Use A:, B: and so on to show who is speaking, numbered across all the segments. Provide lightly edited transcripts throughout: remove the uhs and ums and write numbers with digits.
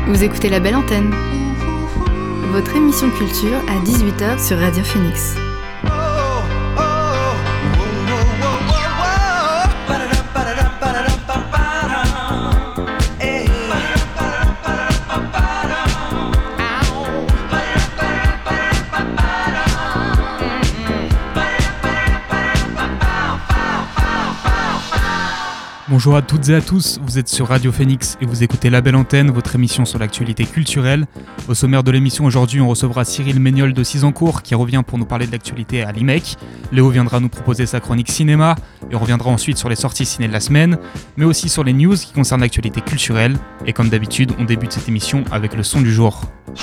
A: Vous écoutez La Belle Antenne, votre émission culture à 18h sur Radio Phoenix.
B: Bonjour à toutes et à tous, vous êtes sur Radio Phoenix et vous écoutez La Belle Antenne, votre émission sur l'actualité culturelle. Au sommaire de l'émission aujourd'hui, on recevra Cyril Méniol de Cisancourt qui revient pour nous parler de l'actualité à l'IMEC. Léo viendra nous proposer sa chronique cinéma et on reviendra ensuite sur les sorties ciné de la semaine, mais aussi sur les news qui concernent l'actualité culturelle. Et comme d'habitude, on débute cette émission avec le son du jour.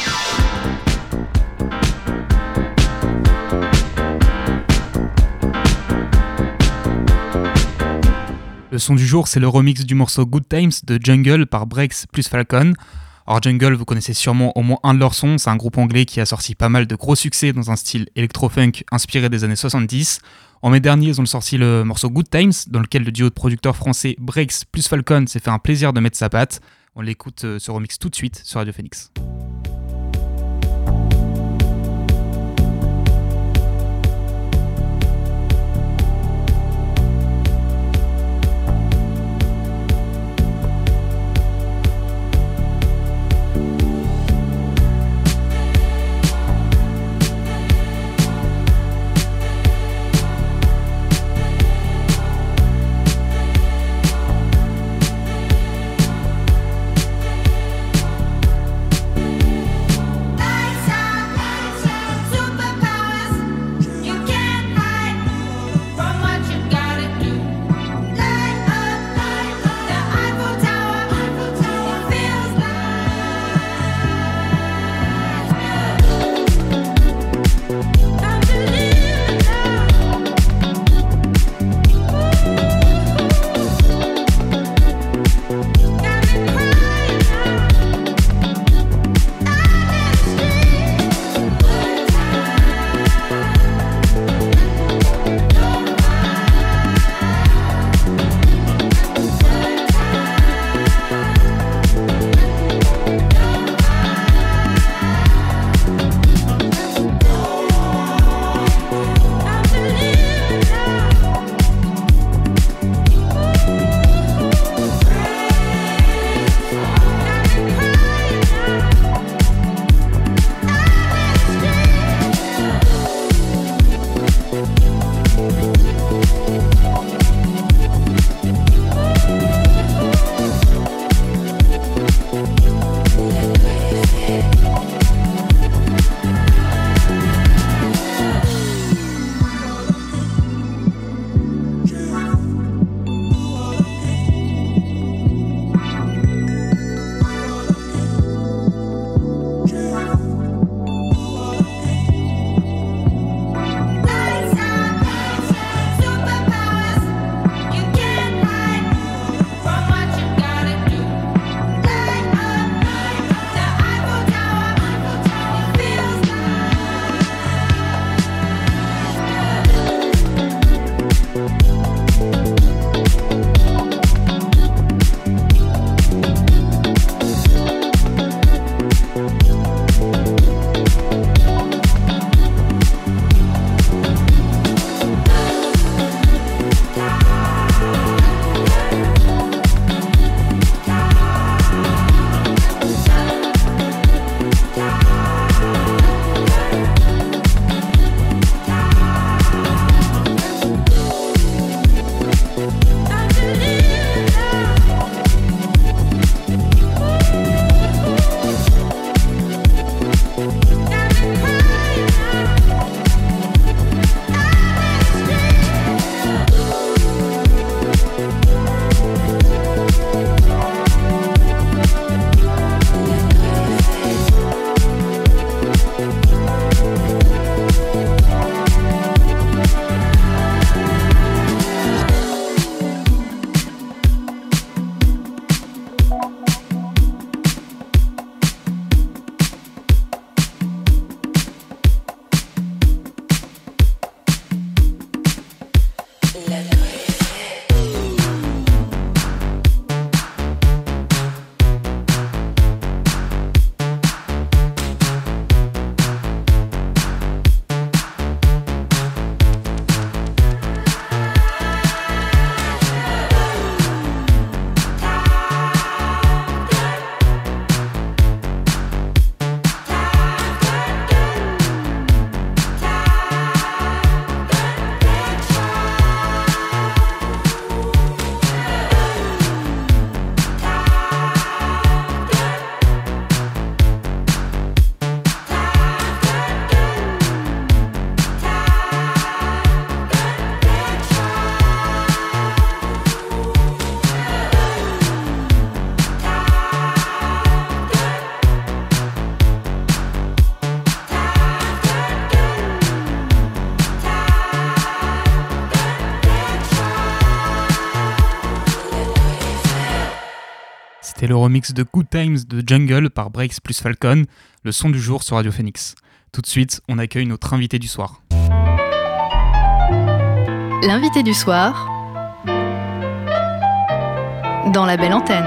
B: Le son du jour, c'est le remix du morceau Good Times de Jungle par Breaks plus Falcon. Alors Jungle, vous connaissez sûrement au moins un de leurs sons, c'est un groupe anglais qui a sorti pas mal de gros succès dans un style électro-funk inspiré des années 70. En mai dernier, ils ont sorti le morceau Good Times, dans lequel le duo de producteurs français Breaks plus Falcon s'est fait un plaisir de mettre sa patte. On l'écoute ce remix tout de suite sur Radio Phoenix. le remix de Good Times de Jungle par Breaks plus Falcon, le son du jour sur Radio Phoenix. Tout de suite, on accueille notre invité du soir.
A: L'invité du soir dans la belle antenne.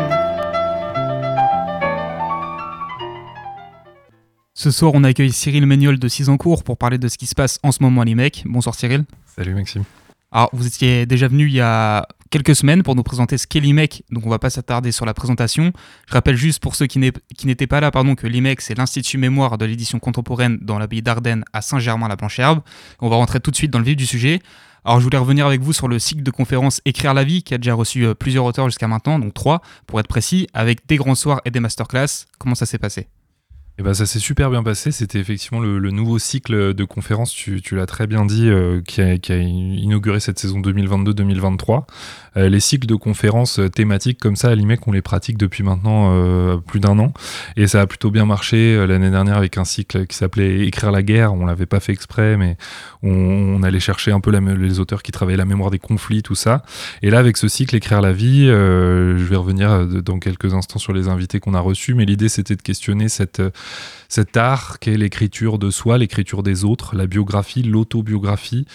B: Ce soir, on accueille Cyril Méniol de Cisancourt pour parler de ce qui se passe en ce moment à l'IMEC. Bonsoir Cyril.
C: Salut Maxime.
B: Alors, vous étiez déjà venu il y a quelques semaines pour nous présenter ce qu'est l'IMEC, donc on ne va pas s'attarder sur la présentation. Je rappelle juste pour ceux qui n'étaient pas là, que l'IMEC, c'est l'Institut Mémoire de l'édition contemporaine dans l'abbaye d'Ardenne à Saint-Germain-la-Plancherbe. On va rentrer tout de suite dans le vif du sujet. Alors, je voulais revenir avec vous sur le cycle de conférences Écrire la vie, qui a déjà reçu plusieurs auteurs jusqu'à maintenant, donc 3 pour être précis, avec des grands soirs et des masterclass. Comment ça s'est passé ?
C: Eh ben, ça s'est super bien passé, c'était effectivement le nouveau cycle de conférences, tu l'as très bien dit, qui a inauguré cette saison 2022-2023. Les cycles de conférences thématiques comme ça à l'IMEC, on les pratique depuis maintenant plus d'un an, et ça a plutôt bien marché l'année dernière avec un cycle qui s'appelait Écrire la guerre. On l'avait pas fait exprès, mais on allait chercher un peu les auteurs qui travaillaient la mémoire des conflits, tout ça. Et là, avec ce cycle Écrire la vie, je vais revenir dans quelques instants sur les invités qu'on a reçus, mais l'idée c'était de questionner cet art qu'est l'écriture de soi, l'écriture des autres, la biographie, l'autobiographie,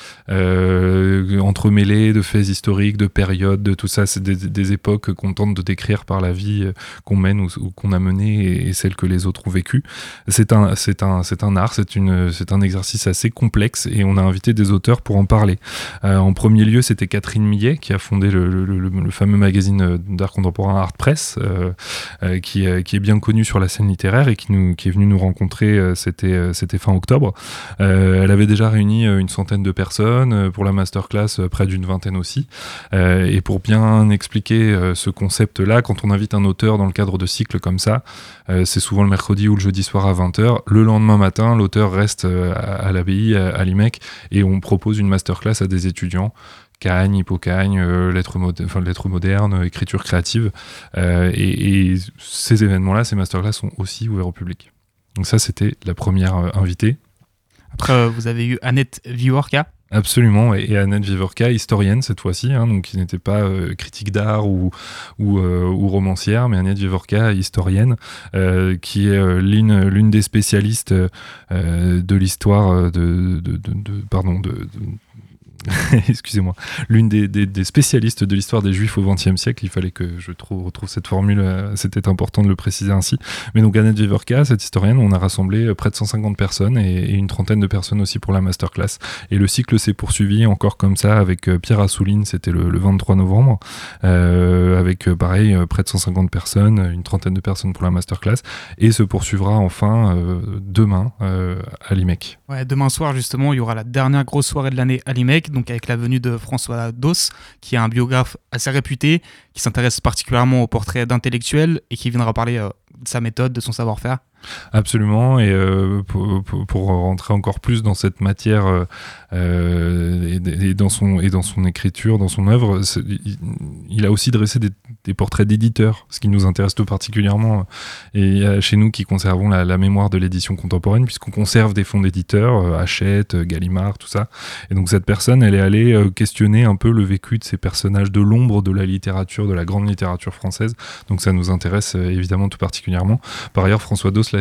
C: entremêlée de faits historiques, de périodes, de tout ça. C'est des époques qu'on tente de décrire par la vie qu'on mène ou qu'on a menée et celles que les autres ont vécues. C'est un art, c'est un exercice assez complexe et on a invité des auteurs pour en parler. En premier lieu, c'était Catherine Millet qui a fondé le fameux magazine d'art contemporain Art Press, qui est bien connu sur la scène littéraire et qui est venue nous rencontrer, c'était fin octobre. Elle avait déjà réuni une centaine de personnes, pour la masterclass près d'une vingtaine aussi. Et pour bien expliquer ce concept-là, quand on invite un auteur dans le cadre de cycles comme ça, c'est souvent le mercredi ou le jeudi soir à 20h. Le lendemain matin, l'auteur reste à l'abbaye, à l'IMEC, et on propose une masterclass à des étudiants. Cagne, Hippocagne, lettres modernes, écriture créative. Et ces événements-là, ces masterclass sont aussi ouverts au public. Donc ça, c'était la première invitée.
B: Après, vous avez eu Annette Vivorka.
C: Absolument, et Annette Vivorka, historienne cette fois-ci, donc qui n'était pas critique d'art ou romancière, mais Annette Vivorka, historienne, qui est l'une des spécialistes de l'histoire excusez-moi, l'une des spécialistes de l'histoire des Juifs au XXe siècle. Il fallait que je retrouve cette formule, c'était important de le préciser ainsi. Mais donc Annette Vivorka, cette historienne, on a rassemblé près de 150 personnes et une trentaine de personnes aussi pour la masterclass. Et le cycle s'est poursuivi encore comme ça avec Pierre Assouline, c'était le 23 novembre, avec pareil près de 150 personnes, une trentaine de personnes pour la masterclass, et se poursuivra enfin demain à l'IMEC.
B: Ouais, demain soir justement, il y aura la dernière grosse soirée de l'année à l'IMEC, donc avec la venue de François Dos, qui est un biographe assez réputé, qui s'intéresse particulièrement au portrait d'intellectuels et qui viendra parler de sa méthode, de son savoir-faire.
C: Absolument, et pour rentrer encore plus dans cette matière et dans son écriture, dans son œuvre, il a aussi dressé des portraits d'éditeurs, ce qui nous intéresse tout particulièrement, et chez nous qui conservons la mémoire de l'édition contemporaine, puisqu'on conserve des fonds d'éditeurs, Hachette, Gallimard, tout ça. Et donc cette personne, elle est allée questionner un peu le vécu de ces personnages de l'ombre de la littérature, de la grande littérature française. Donc ça nous intéresse évidemment tout particulièrement. Par ailleurs, François Dos,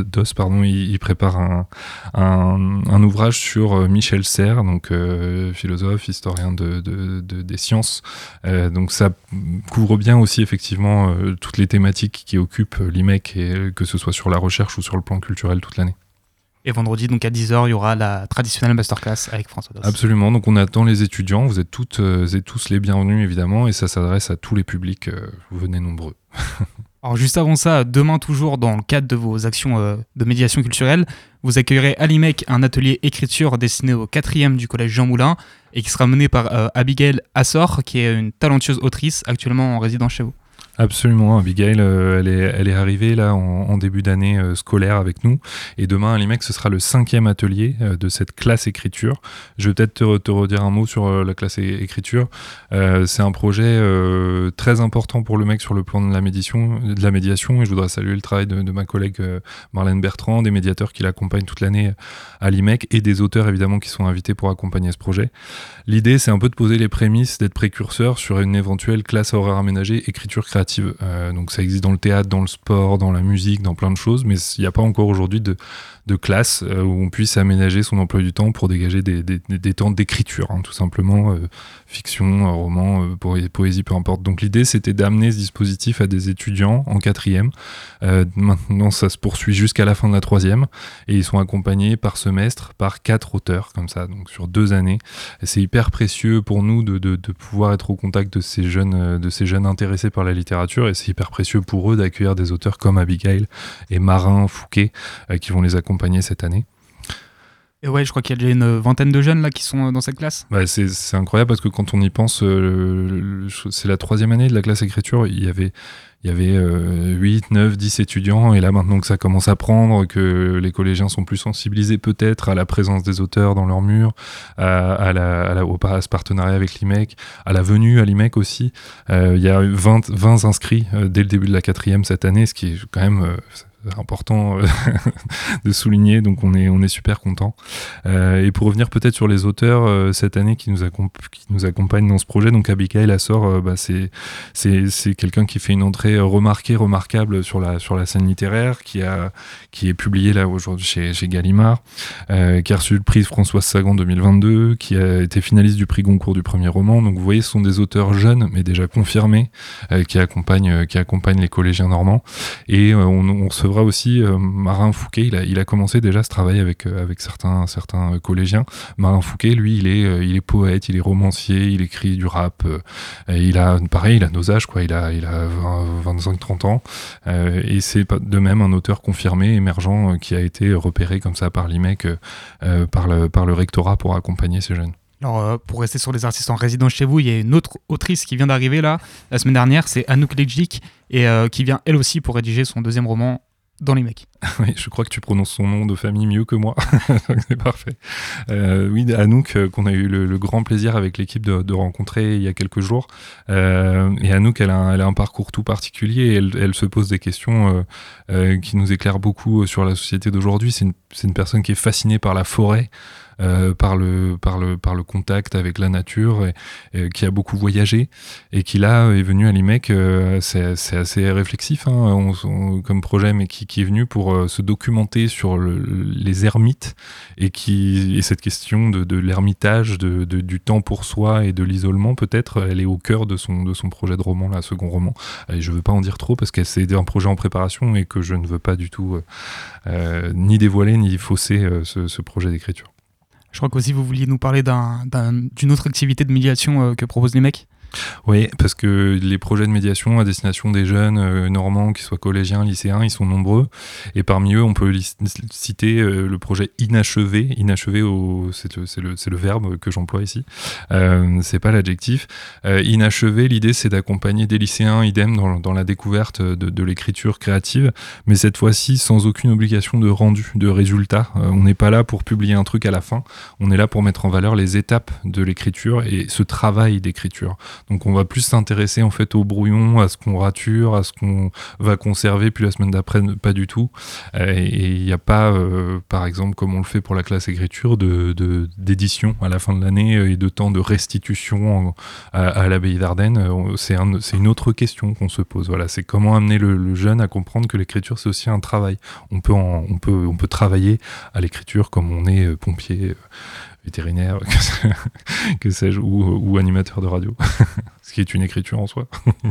C: il prépare un ouvrage sur Michel Serres, donc philosophe, historien des sciences. Donc ça couvre bien aussi effectivement toutes les thématiques qui occupent l'IMEC, et que ce soit sur la recherche ou sur le plan culturel toute l'année.
B: Et vendredi, donc à 10h, il y aura la traditionnelle masterclass avec François Dos.
C: Absolument, donc on attend les étudiants, vous êtes toutes et tous les bienvenus évidemment, et ça s'adresse à tous les publics, vous venez nombreux.
B: Alors juste avant ça, demain toujours dans le cadre de vos actions de médiation culturelle, vous accueillerez à l'IMEC un atelier écriture destiné au 4e du collège Jean Moulin et qui sera mené par Abigail Assor, qui est une talentueuse autrice actuellement en résidence chez vous.
C: Absolument, Abigail, elle est arrivée là en début d'année scolaire avec nous, et demain à l'IMEC ce sera le 5e atelier de cette classe écriture. Je vais peut-être te redire un mot sur la classe écriture. C'est un projet très important pour le MEC sur le plan de la médiation, et je voudrais saluer le travail de ma collègue Marlène Bertrand, des médiateurs qui l'accompagnent toute l'année à l'IMEC, et des auteurs évidemment qui sont invités pour accompagner ce projet. L'idée, c'est un peu de poser les prémices, d'être précurseur sur une éventuelle classe à horaire aménagé écriture créative créative. Donc ça existe dans le théâtre, dans le sport, dans la musique, dans plein de choses, mais il n'y a pas encore aujourd'hui de classe où on puisse aménager son emploi du temps pour dégager des temps d'écriture, tout simplement, fiction, roman, poésie, peu importe. Donc l'idée, c'était d'amener ce dispositif à des étudiants en 4e. Maintenant, ça se poursuit jusqu'à la fin de la 3e, et ils sont accompagnés par semestre par 4 auteurs, comme ça, donc sur 2 années. Et c'est hyper précieux pour nous de pouvoir être au contact de ces jeunes intéressés par la littérature, et c'est hyper précieux pour eux d'accueillir des auteurs comme Abigail et Marin Fouquet qui vont les accompagner cette année.
B: Et ouais, je crois qu'il y a déjà une vingtaine de jeunes là qui sont dans cette classe.
C: C'est incroyable parce que quand on y pense, c'est la 3e année de la classe écriture, il y avait 8, 9, 10 étudiants, et là maintenant que ça commence à prendre, que les collégiens sont plus sensibilisés peut-être à la présence des auteurs dans leur mur, à ce partenariat avec l'IMEC, à la venue à l'IMEC aussi. Il y a 20 inscrits dès le début de la 4e cette année, ce qui est quand même important de souligner, donc on est super content. Et pour revenir peut-être sur les auteurs cette année qui nous accompagnent dans ce projet, donc Abigail Assor, c'est quelqu'un qui fait une entrée remarquable sur la scène littéraire, qui est publié là aujourd'hui chez Gallimard, qui a reçu le prix Françoise Sagan 2022, qui a été finaliste du prix Goncourt du premier roman. Donc vous voyez, ce sont des auteurs jeunes mais déjà confirmés qui accompagnent les collégiens normands. Et on recevra aussi Marin Fouquet. Il a commencé déjà ce travail avec certains collégiens. Marin Fouquet, lui, il est poète, il est romancier, il écrit du rap. Il a nos âges, quoi. Il a 25-30 ans. Et c'est de même un auteur confirmé, émergent, qui a été repéré comme ça par l'IMEC, par le rectorat pour accompagner ces jeunes.
B: Alors, pour rester sur les artistes en résidence chez vous, il y a une autre autrice qui vient d'arriver là, la semaine dernière, c'est Anouk Lekjik, et qui vient elle aussi pour rédiger son 2e roman dans l'IMEC.
C: Oui, je crois que tu prononces son nom de famille mieux que moi, c'est parfait. Oui, Anouk, qu'on a eu le grand plaisir avec l'équipe de rencontrer il y a quelques jours. Et Anouk, elle a un parcours tout particulier, et elle se pose des questions qui nous éclairent beaucoup sur la société d'aujourd'hui. C'est une personne qui est fascinée par la forêt, par le contact avec la nature, et qui a beaucoup voyagé, et qui là est venu à l'IMEC. C'est assez réflexif comme projet, mais qui est venu pour se documenter sur les ermites, et cette question de l'ermitage, du temps pour soi et de l'isolement, peut-être, elle est au cœur de son projet de roman, là, second roman. Et je veux pas en dire trop parce que c'est un projet en préparation et que je ne veux pas du tout ni dévoiler ni fausser ce projet d'écriture.
B: Je crois qu'aussi vous vouliez nous parler d'une autre activité de médiation que propose l'IMEC.
C: Oui, parce que les projets de médiation à destination des jeunes normands, qu'ils soient collégiens, lycéens, ils sont nombreux. Et parmi eux, on peut citer le projet Inachevé. Inachevé, c'est le verbe que j'emploie ici. C'est pas l'adjectif. Inachevé, l'idée, c'est d'accompagner des lycéens, idem, dans la découverte de l'écriture créative, mais cette fois-ci sans aucune obligation de rendu, de résultat. On n'est pas là pour publier un truc à la fin. On est là pour mettre en valeur les étapes de l'écriture et ce travail d'écriture. Donc on va plus s'intéresser en fait au brouillon, à ce qu'on rature, à ce qu'on va conserver, puis la semaine d'après pas du tout. Et il n'y a pas, par exemple, comme on le fait pour la classe écriture, d'édition à la fin de l'année et de temps de restitution à l'abbaye d'Ardenne. C'est une autre question qu'on se pose. Voilà, c'est comment amener le jeune à comprendre que l'écriture c'est aussi un travail. On peut travailler à l'écriture comme on est pompier, vétérinaire, que sais-je, ou animateur de radio, ce qui est une écriture en soi.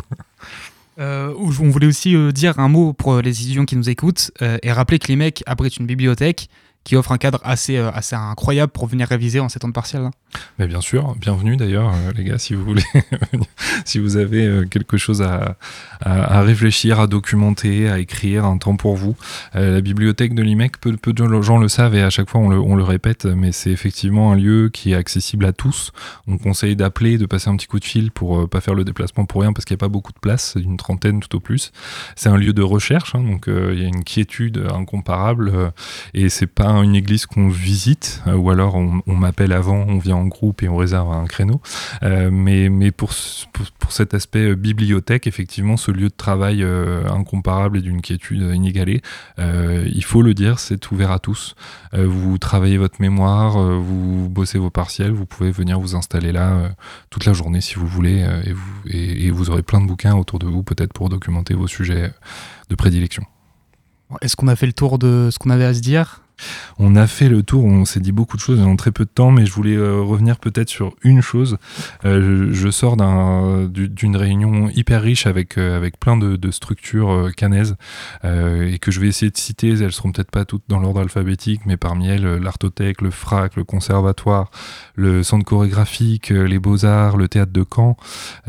B: On voulait aussi dire un mot pour les étudiants qui nous écoutent et rappeler que l'IMEC abrite une bibliothèque qui offre un cadre assez incroyable pour venir réviser en ces temps de partiel. Là.
C: Mais bien sûr, bienvenue d'ailleurs les gars, si vous voulez, si vous avez quelque chose à réfléchir, à documenter, à écrire, un temps pour vous. La bibliothèque de l'IMEC, peu de gens le savent et à chaque fois on le répète, mais c'est effectivement un lieu qui est accessible à tous. On conseille d'appeler, de passer un petit coup de fil pour pas faire le déplacement pour rien parce qu'il n'y a pas beaucoup de place, une trentaine tout au plus. C'est un lieu de recherche, donc il y a une quiétude incomparable et c'est pas une église qu'on visite, ou alors on m'appelle avant, on vient en groupe et on réserve un créneau. Mais pour cet aspect bibliothèque, effectivement, ce lieu de travail incomparable et d'une quiétude inégalée, il faut le dire, c'est ouvert à tous. Vous travaillez votre mémoire, vous bossez vos partiels, vous pouvez venir vous installer là toute la journée si vous voulez, et vous aurez plein de bouquins autour de vous, peut-être pour documenter vos sujets de prédilection.
B: Est-ce qu'on a fait le tour de ce qu'on avait à se dire ?
C: On a fait le tour, on s'est dit beaucoup de choses en très peu de temps, mais je voulais revenir peut-être sur une chose. Je sors d'une réunion hyper riche avec plein de structures cannaises et que je vais essayer de citer. Elles seront peut-être pas toutes dans l'ordre alphabétique, mais parmi elles, l'Artothèque, le FRAC, le Conservatoire, le Centre chorégraphique, les Beaux-Arts, le Théâtre de Caen.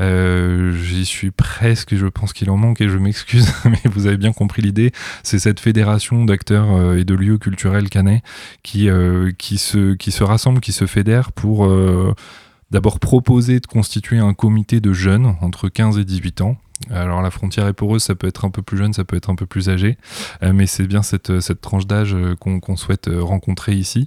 C: J'y suis presque, je pense qu'il en manque et je m'excuse, mais vous avez bien compris l'idée. C'est cette fédération d'acteurs et de lieux culturels cannais qui se rassemblent, qui se fédèrent pour d'abord proposer de constituer un comité de jeunes entre 15 et 18 ans. Alors la frontière est poreuse, ça peut être un peu plus jeune, ça peut être un peu plus âgé, mais c'est bien cette tranche d'âge qu'on souhaite rencontrer ici.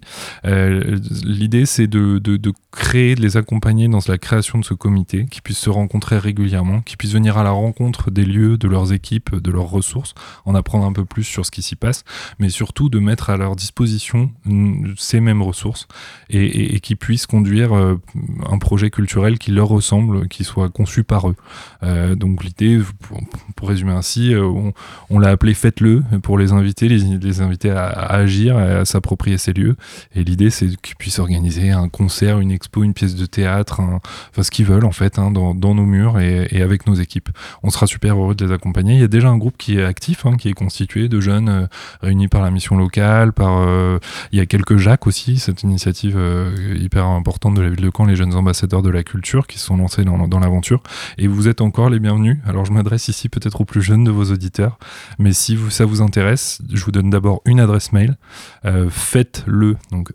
C: L'idée c'est de créer, de les accompagner dans la création de ce comité, qui puissent se rencontrer régulièrement, qui puissent venir à la rencontre des lieux, de leurs équipes, de leurs ressources, en apprendre un peu plus sur ce qui s'y passe, mais surtout de mettre à leur disposition ces mêmes ressources et qui puissent conduire un projet culturel qui leur ressemble, qui soit conçu par eux. Donc l'idée, pour résumer ainsi, on l'a appelé Faites-le pour les inviter, les inviter à agir, à s'approprier ces lieux. Et l'idée, c'est qu'ils puissent organiser un concert, une expo, une pièce de théâtre, enfin ce qu'ils veulent en fait, dans nos murs et avec nos équipes. On sera super heureux de les accompagner. Il y a déjà un groupe qui est actif, qui est constitué de jeunes réunis par la mission locale, il y a quelques Jacques aussi, cette initiative hyper importante de la ville de Caen, les jeunes ambassadeurs de la culture qui se sont lancés dans l'aventure. Et vous êtes encore les bienvenus. Alors je m'adresse ici peut-être aux plus jeunes de vos auditeurs, mais si ça vous intéresse, je vous donne d'abord une adresse mail, faites-le, donc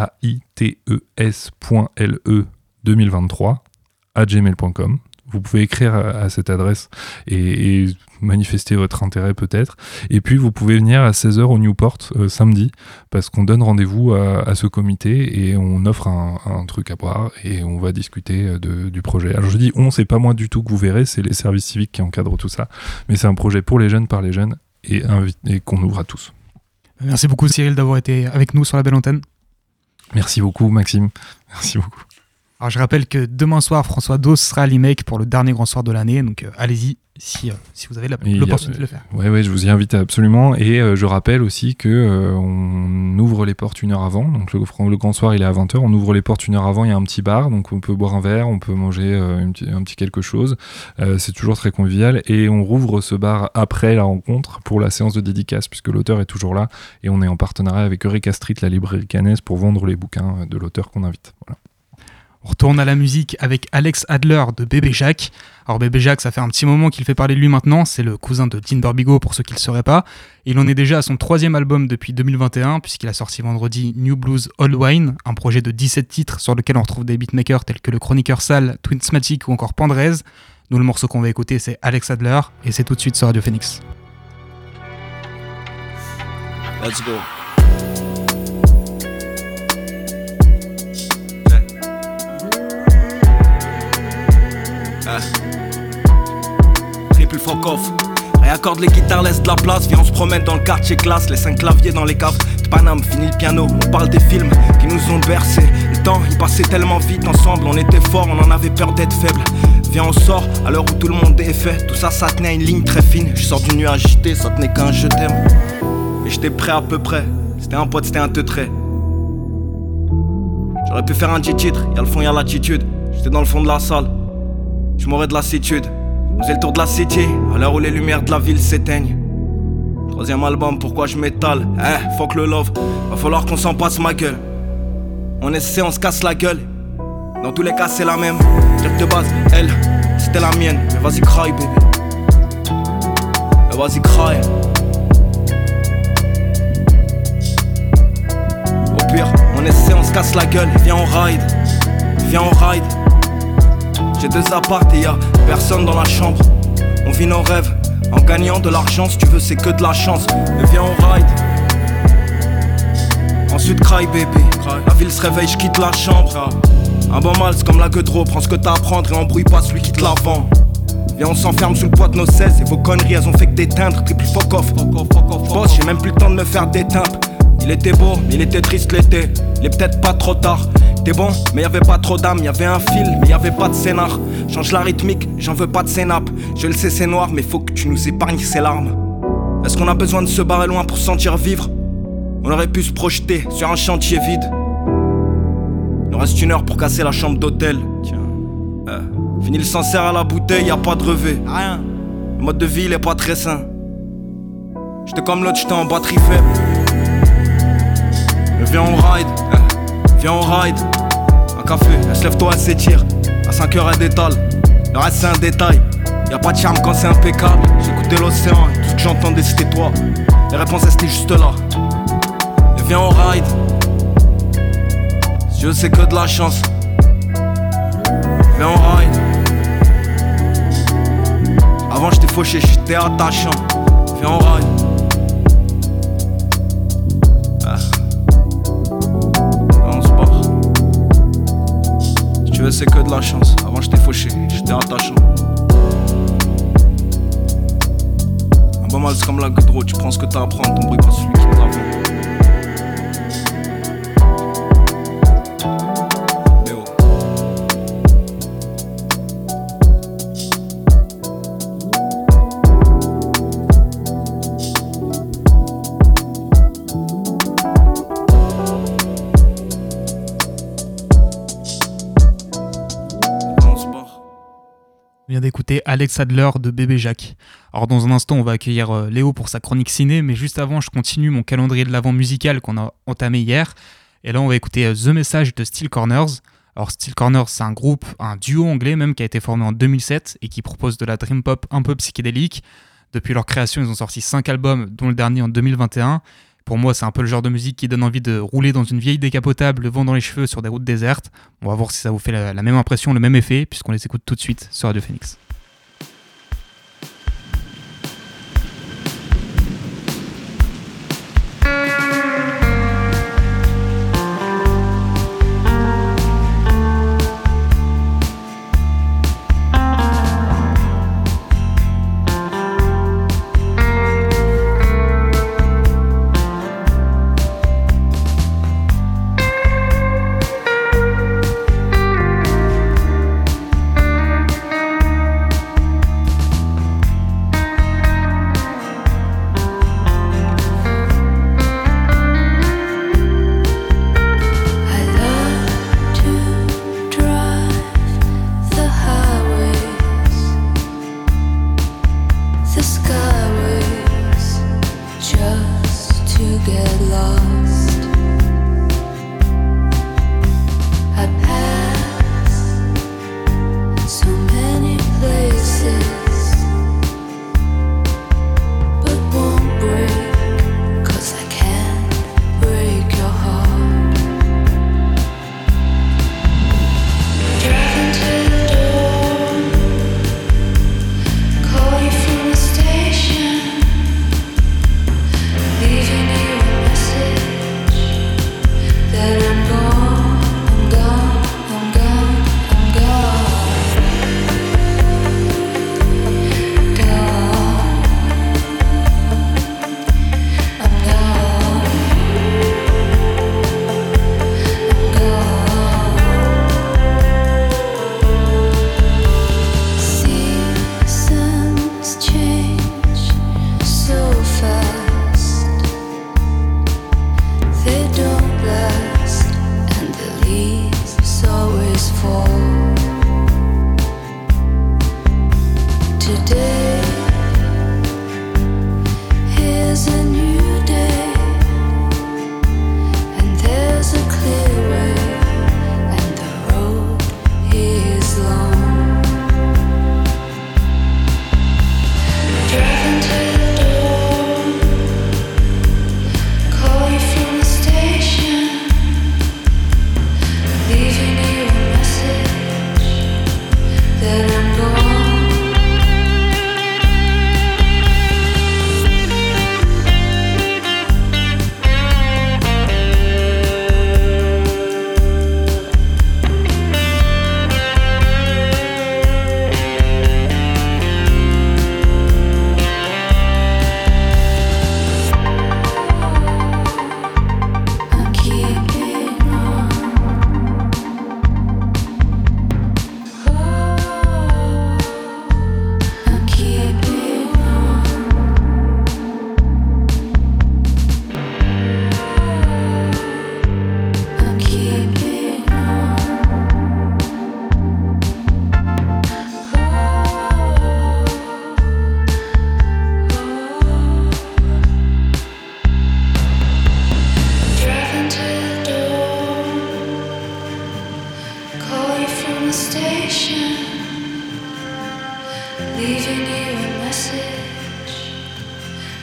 C: FAITES.LE 2023 @gmail.com. Vous pouvez écrire à cette adresse et manifester votre intérêt peut-être. Et puis vous pouvez venir à 16h au Newport samedi, parce qu'on donne rendez-vous à ce comité et on offre un truc à boire et on va discuter du projet. Alors je dis c'est pas moi du tout que vous verrez, c'est les services civiques qui encadrent tout ça, mais c'est un projet pour les jeunes, par les jeunes et qu'on ouvre à tous.
B: Merci beaucoup Cyril d'avoir été avec nous sur la belle antenne.
C: Merci beaucoup Maxime, merci beaucoup.
B: Alors je rappelle que demain soir, François Dos sera à l'IMEC pour le dernier grand soir de l'année, donc allez-y si vous avez l'opportunité de le faire.
C: Oui, je vous y invite absolument. Et je rappelle aussi qu'on ouvre les portes une heure avant, donc le grand soir il est à 20h, on ouvre les portes une heure avant, il y a un petit bar, donc on peut boire un verre, on peut manger un petit quelque chose, c'est toujours très convivial, et on rouvre ce bar après la rencontre pour la séance de dédicace, puisque l'auteur est toujours là, et on est en partenariat avec Eureka Street, la librairie cannaise, pour vendre les bouquins de l'auteur qu'on invite. Voilà.
B: On retourne à la musique avec Alex Adler de Bébé Jacques. Alors Bébé Jacques, ça fait un petit moment qu'il fait parler de lui maintenant, c'est le cousin de Dean Burbigo pour ceux qui ne le sauraient pas. Il en est déjà à son 3e album depuis 2021, puisqu'il a sorti vendredi New Blues Old Wine, un projet de 17 titres sur lequel on retrouve des beatmakers tels que le Chroniqueur Sale, Twinsmatic ou encore Pandrez. Nous, le morceau qu'on va écouter, c'est Alex Adler, et c'est tout de suite sur Radio Phoenix.
D: Let's go. Triple fuck off. Réaccorde les guitares, laisse de la place. Viens on se promène dans le quartier classe. Les 5 claviers dans les caves de Paname, fini le piano. On parle des films qui nous ont bercés. Le temps il passait tellement vite ensemble. On était forts, on en avait peur d'être faible. Viens on sort à l'heure où tout le monde est fait. Tout ça, ça tenait à une ligne très fine. Je sors d'une nuit agitée, ça tenait qu'un je t'aime. Et j'étais prêt à peu près. C'était un pote, c'était un teutré. J'aurais pu faire un petit titre, y'a le fond, y'a l'attitude. J'étais dans le fond de la salle. Je mourrais de lassitude. On faisait le tour de la city, à l'heure où les lumières de la ville s'éteignent. 3e album, pourquoi je m'étale? Fuck le love, va falloir qu'on s'en passe ma gueule. On essaie, on se casse la gueule. Dans tous les cas c'est la même. Dire de base, elle, c'était la mienne. Mais vas-y cry baby. Mais vas-y cry. Au pire, on essaie, on se casse la gueule. Viens on ride, viens on ride. J'ai 2 apparts et y'a personne dans la chambre. On vit nos rêves en gagnant de l'argent. Si tu veux c'est que de la chance. Mais viens on ride. Ensuite cry baby, la ville se réveille, je quitte la chambre. Un bon mal c'est comme la gueudreau, prends ce que t'as à prendre et embrouille pas celui qui te la vend. Viens on s'enferme sous le poids de nos 16 et vos conneries elles ont fait que d'éteindre. Triple fuck off, boss j'ai même plus le temps de me faire d'éteindre. Il était beau mais il était triste l'été, il est peut-être pas trop tard. T'es bon mais y'avait pas trop d'âme, y'avait un fil mais y'avait pas de scénar. Change la rythmique, j'en veux pas de scénap. Je le sais c'est noir mais faut que tu nous épargnes ces larmes. Est-ce qu'on a besoin de se barrer loin pour se sentir vivre? On aurait pu se projeter sur un chantier vide. Il nous reste 1 heure pour casser la chambre d'hôtel. Tiens, fini le Sancerre à la bouteille, y'a pas de revêt. Rien. Le mode de vie il est pas très sain. J'étais comme l'autre, j'étais en batterie faible. Mais viens on ride, viens on ride. Un café, elle se lève-toi, elle s'étire. À 5h elle détale, le reste c'est un détail. Y'a pas de charme quand c'est impeccable. J'écoutais l'océan et tout ce que j'entendais c'était toi. Les réponses elles étaient juste là. Et viens on ride. Si Dieu c'est que de la chance. Viens on ride. Avant j'étais fauché, j'étais attachant. Viens on ride. On se barre. Si tu veux c'est que de la chance. Avant j'étais fauché, j'étais attachant. Un bon mal c'est comme la goudreau, tu prends ce que t'as à prendre, ton bruit pas celui qui te la vend.
B: On vient d'écouter Alex Adler de Bébé Jacques. Alors dans un instant on va accueillir Léo pour sa chronique ciné, mais juste avant je continue mon calendrier de l'avant musical qu'on a entamé hier. Et là on va écouter The Message de Steel Corners. Alors Steel Corners c'est un groupe, un duo anglais même qui a été formé en 2007 et qui propose de la dream pop un peu psychédélique. Depuis leur création ils ont sorti 5 albums dont le dernier en 2021. Pour moi, c'est un peu le genre de musique qui donne envie de rouler dans une vieille décapotable, le vent dans les cheveux sur des routes désertes. On va voir si ça vous fait la même impression, le même effet, puisqu'on les écoute tout de suite sur Radio Phoenix.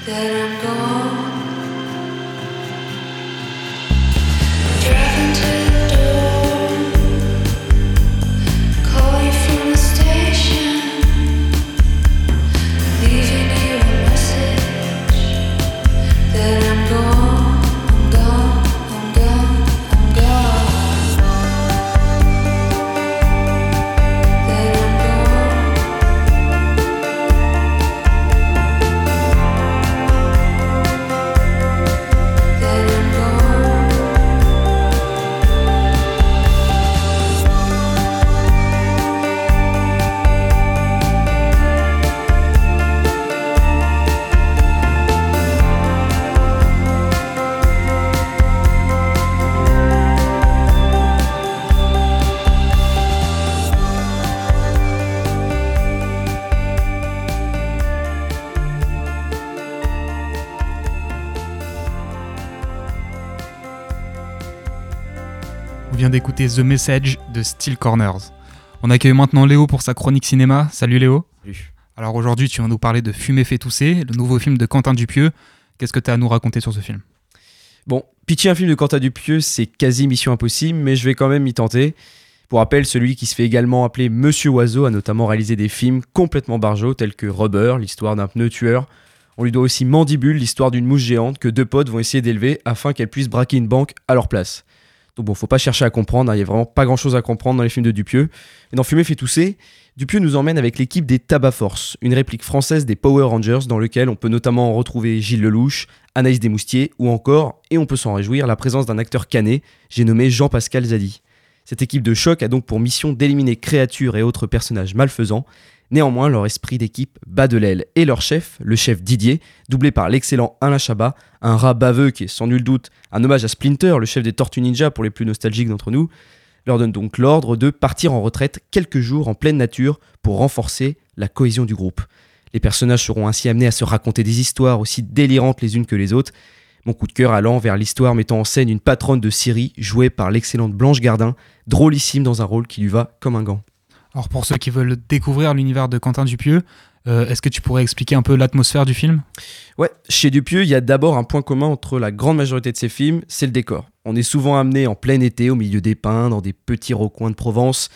B: On vient d'écouter The Message de Steel Corners. On accueille maintenant Léo pour sa chronique cinéma. Salut Léo.
E: Salut.
B: Alors aujourd'hui, tu vas nous parler de Fumer fait tousser, le nouveau film de Quentin Dupieux. Qu'est-ce que tu as à nous raconter sur ce film ?
E: Bon, pitcher un film de Quentin Dupieux, c'est quasi mission impossible, mais je vais quand même m'y tenter. Pour rappel, celui qui se fait également appeler Monsieur Oiseau a notamment réalisé des films complètement barjots tels que Rubber, l'histoire d'un pneu tueur. On lui doit aussi Mandibule, l'histoire d'une mouche géante que deux potes vont essayer d'élever afin qu'elle puisse braquer une banque à leur place. Donc bon, faut pas chercher à comprendre, il y a vraiment pas grand chose à comprendre dans les films de Dupieux. Et dans Fumer fait tousser, Dupieux nous emmène avec l'équipe des Tabac Force, une réplique française des Power Rangers dans lequel on peut notamment retrouver Gilles Lelouch, Anaïs Desmoustiers ou encore, et on peut s'en réjouir, la présence d'un acteur canet, j'ai nommé Jean-Pascal Zadi. Cette équipe de choc a donc pour mission d'éliminer créatures et autres personnages malfaisants. Néanmoins, leur esprit d'équipe bat de l'aile et leur chef, le chef Didier, doublé par l'excellent Alain Chabat, un rat baveux qui est sans nul doute un hommage à Splinter, le chef des Tortues Ninja pour les plus nostalgiques d'entre nous, leur donne donc l'ordre de partir en retraite quelques jours en pleine nature pour renforcer la cohésion du groupe. Les personnages seront ainsi amenés à se raconter des histoires aussi délirantes les unes que les autres. Mon coup de cœur allant vers l'histoire mettant en scène une patronne de Syrie jouée par l'excellente Blanche Gardin, drôlissime dans un rôle qui lui va comme un gant.
B: Alors pour ceux qui veulent découvrir l'univers de Quentin Dupieux, est-ce que tu pourrais expliquer un peu l'atmosphère du film ?
E: Ouais, chez Dupieux, il y a d'abord un point commun entre la grande majorité de ses films, c'est le décor. On est souvent amené en plein été, au milieu des pins, dans des petits recoins de Provence.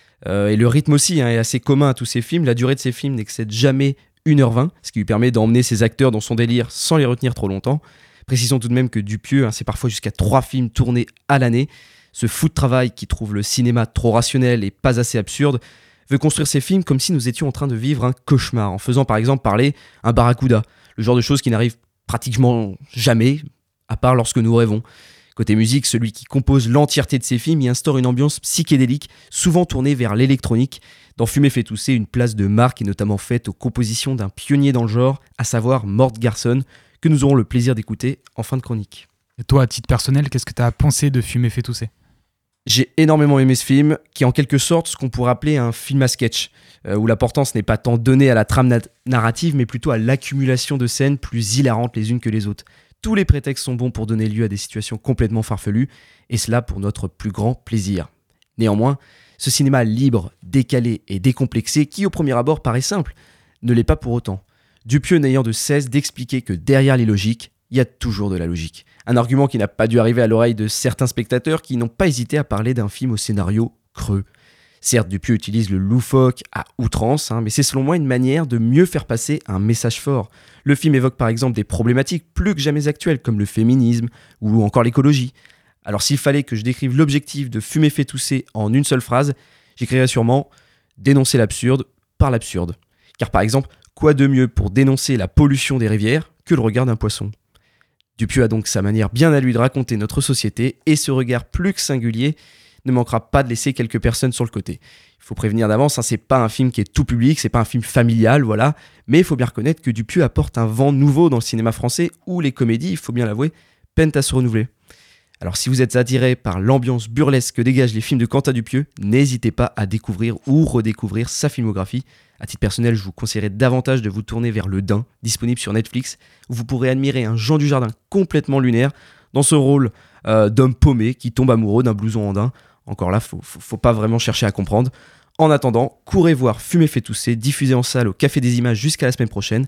E: Et le rythme aussi est assez commun à tous ses films. La durée de ses films n'excède jamais 1h20, ce qui lui permet d'emmener ses acteurs dans son délire sans les retenir trop longtemps. Précisons tout de même que Dupieux, c'est parfois jusqu'à 3 films tournés à l'année. Ce fou de travail qui trouve le cinéma trop rationnel et pas assez absurde veut construire ses films comme si nous étions en train de vivre un cauchemar, en faisant par exemple parler un barracuda, le genre de choses qui n'arrivent pratiquement jamais, à part lorsque nous rêvons. Côté musique, celui qui compose l'entièreté de ses films y instaure une ambiance psychédélique, souvent tournée vers l'électronique. Dans Fumer fait tousser, une place de marque est notamment faite aux compositions d'un pionnier dans le genre, à savoir Mort Garson, que nous aurons le plaisir d'écouter en fin de chronique.
B: Et toi, à titre personnel, qu'est-ce que tu as pensé de Fumer fait tousser ?
E: J'ai énormément aimé ce film, qui est en quelque sorte ce qu'on pourrait appeler un film à sketch, où l'importance n'est pas tant donnée à la trame narrative, mais plutôt à l'accumulation de scènes plus hilarantes les unes que les autres. Tous les prétextes sont bons pour donner lieu à des situations complètement farfelues, et cela pour notre plus grand plaisir. Néanmoins, ce cinéma libre, décalé et décomplexé, qui au premier abord paraît simple, ne l'est pas pour autant. Dupieux n'ayant de cesse d'expliquer que derrière les logiques, il y a toujours de la logique. Un argument qui n'a pas dû arriver à l'oreille de certains spectateurs qui n'ont pas hésité à parler d'un film au scénario creux. Certes, Dupieux utilise le loufoque à outrance, mais c'est selon moi une manière de mieux faire passer un message fort. Le film évoque par exemple des problématiques plus que jamais actuelles comme le féminisme ou encore l'écologie. Alors s'il fallait que je décrive l'objectif de Fumer fait tousser en une seule phrase, j'écrirais sûrement « dénoncer l'absurde par l'absurde ». Car par exemple, quoi de mieux pour dénoncer la pollution des rivières que le regard d'un poisson ? Dupieux a donc sa manière bien à lui de raconter notre société et ce regard plus que singulier ne manquera pas de laisser quelques personnes sur le côté. Il faut prévenir d'avance, c'est pas un film qui est tout public, c'est pas un film familial, voilà, mais il faut bien reconnaître que Dupieux apporte un vent nouveau dans le cinéma français où les comédies, il faut bien l'avouer, peinent à se renouveler. Alors si vous êtes attiré par l'ambiance burlesque que dégagent les films de Quentin Dupieux, n'hésitez pas à découvrir ou redécouvrir sa filmographie. À titre personnel, je vous conseillerais davantage de vous tourner vers Le Dain, disponible sur Netflix, où vous pourrez admirer un Jean Dujardin complètement lunaire, dans ce rôle d'homme paumé qui tombe amoureux d'un blouson andin. Encore là, faut pas vraiment chercher à comprendre. En attendant, courez voir Fumer fait tousser, diffusé en salle au Café des Images jusqu'à la semaine prochaine. Je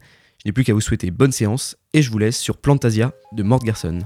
E: Je n'ai plus qu'à vous souhaiter bonne séance et je vous laisse sur Plantasia de Mort Garson.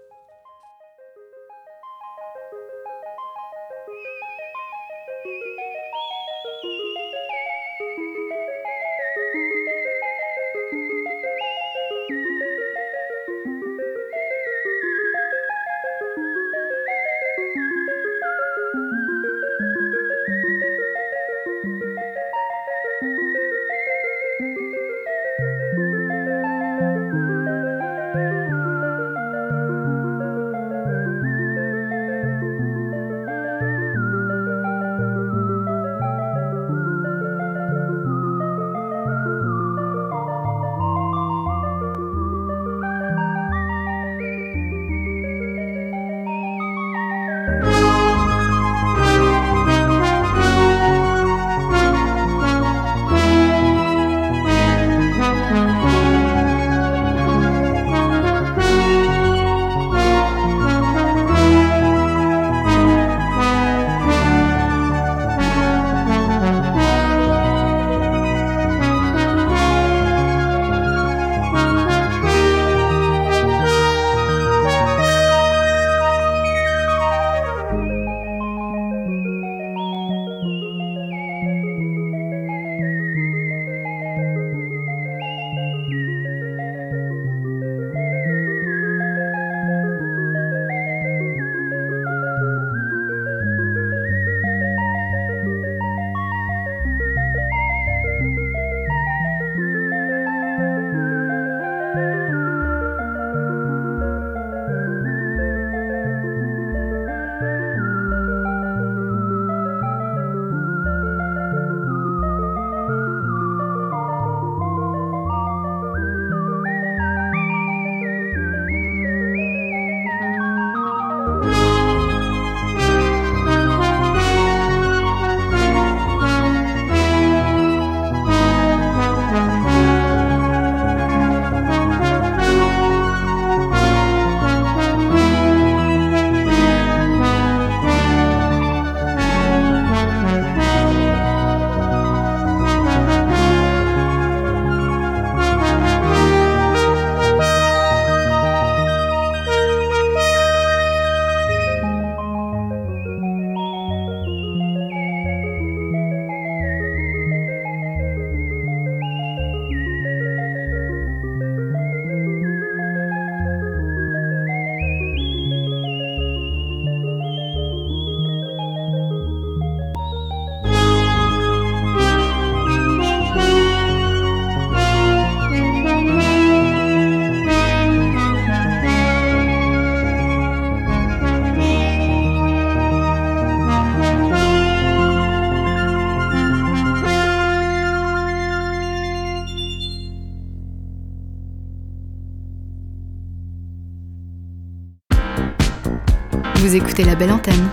A: Vous écoutez La Belle Antenne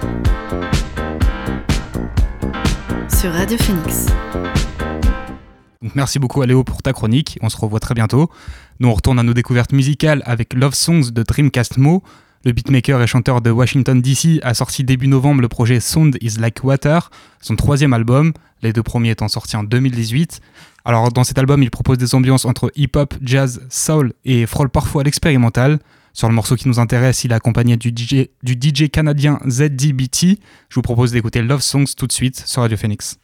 A: sur Radio Phoenix.
B: Donc merci beaucoup à Léo pour ta chronique, on se revoit très bientôt. Nous on retourne à nos découvertes musicales avec Love Songs de Dreamcast Mo. Le beatmaker et chanteur de Washington DC a sorti début novembre le projet Sound is Like Water, son 3e album, les 2 premiers étant sortis en 2018. Alors dans cet album il propose des ambiances entre hip-hop, jazz, soul et frôle parfois à l'expérimental. Sur le morceau qui nous intéresse, il est accompagné du DJ canadien ZDBT. Je vous propose d'écouter Love Songs tout de suite sur Radio Phoenix.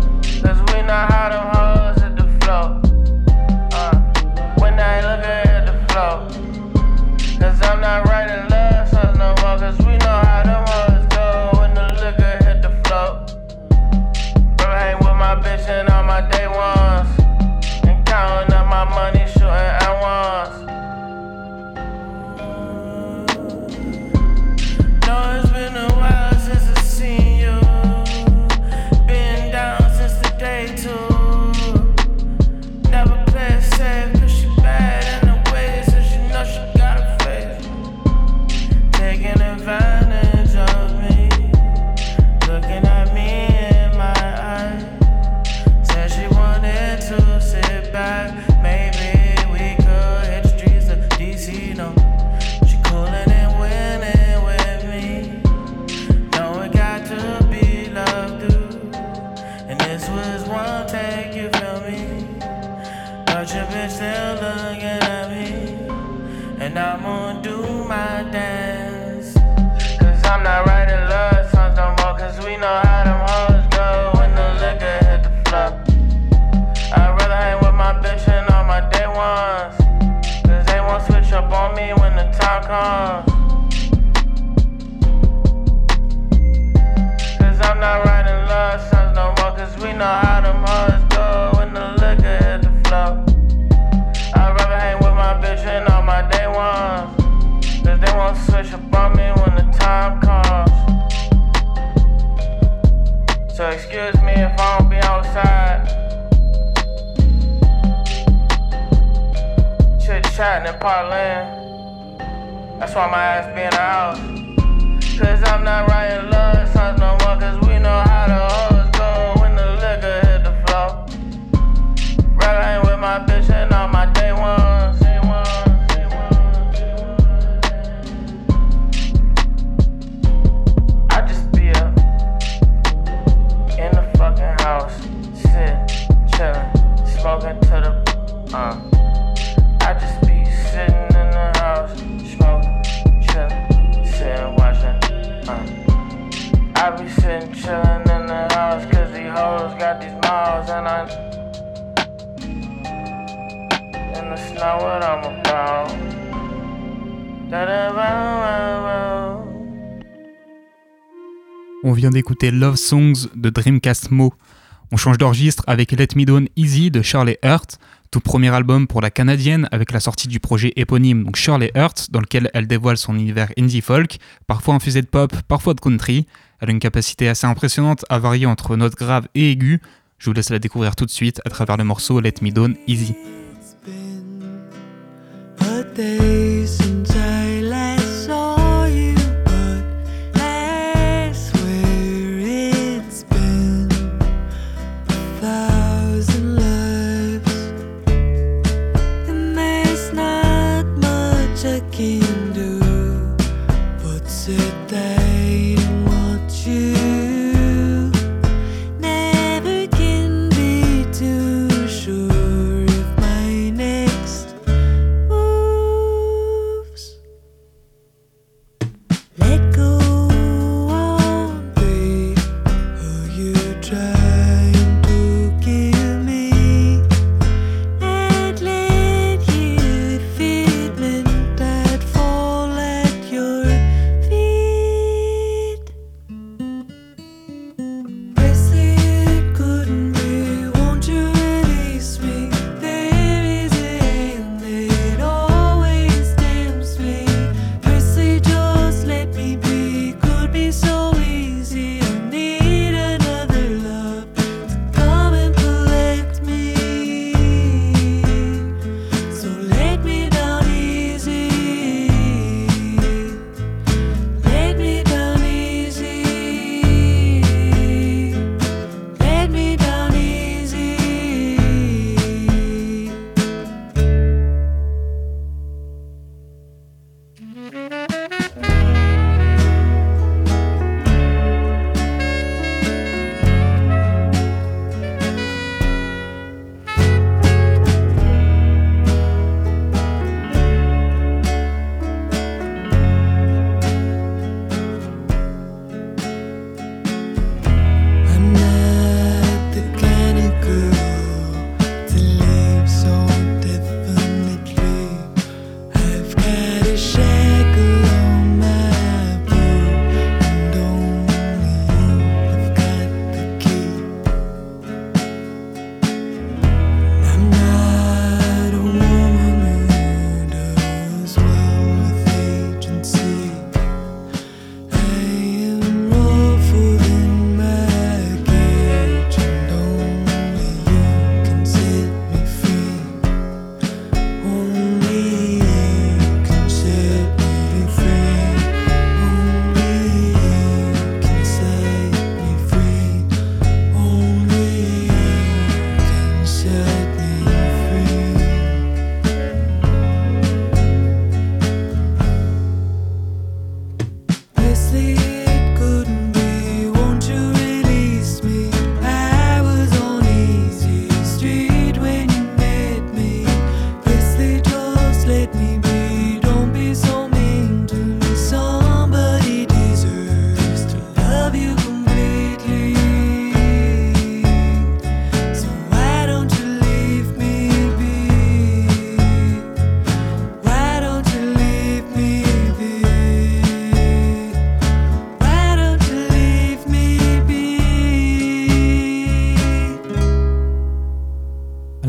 F: When I look at the But your bitch still looking at me, and I'm gonna do my dance. Cause I'm not writing love songs no more, cause we know how them hoes go when the liquor hit the floor. I'd rather hang with my bitch and all my day ones, cause they won't switch up on me when the time comes. Cause I'm not writing love songs no more, cause we know how them hoes go when the liquor hit the floor. I'd rather hang with my bitch and all my day ones, cause they won't switch up on me when the time comes. So excuse me if I don't be outside, chit-chatting and parlaying. That's why my ass be in the house. Cause I'm not writing love songs no more, cause we know how the hoes go when the liquor hit the floor. Rather hang with my bitch and all my day ones. I just be up in the fucking house, sitting, chilling, smoking to the I just be sitting in the house, smoking, chilling, sitting, watching I be sitting, chilling in the house, cause these hoes got these mouths, and I and that's not what I'm about. Da-da-ba-ba-ba.
B: On vient d'écouter Love Songs de Dreamcast Mo. On change d'enregistre avec Let Me Down Easy de Shirley Hurt, tout premier album pour la Canadienne avec la sortie du projet éponyme, donc Shirley Hurt, dans lequel elle dévoile son univers indie folk, parfois infusé de pop, parfois de country. Elle a une capacité assez impressionnante à varier entre notes graves et aiguës. Je vous laisse la découvrir tout de suite à travers le morceau Let Me Down Easy.
F: Trying to kill me.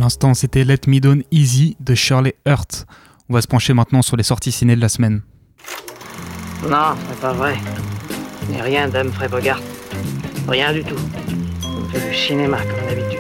B: l'instant, c'était Let Me Down Easy de Shirley Hurt. On va se pencher maintenant sur les sorties ciné de la semaine.
G: Non, c'est pas vrai. Je n'ai rien d'Humphrey Bogart. Rien du tout. On fait du cinéma comme d'habitude.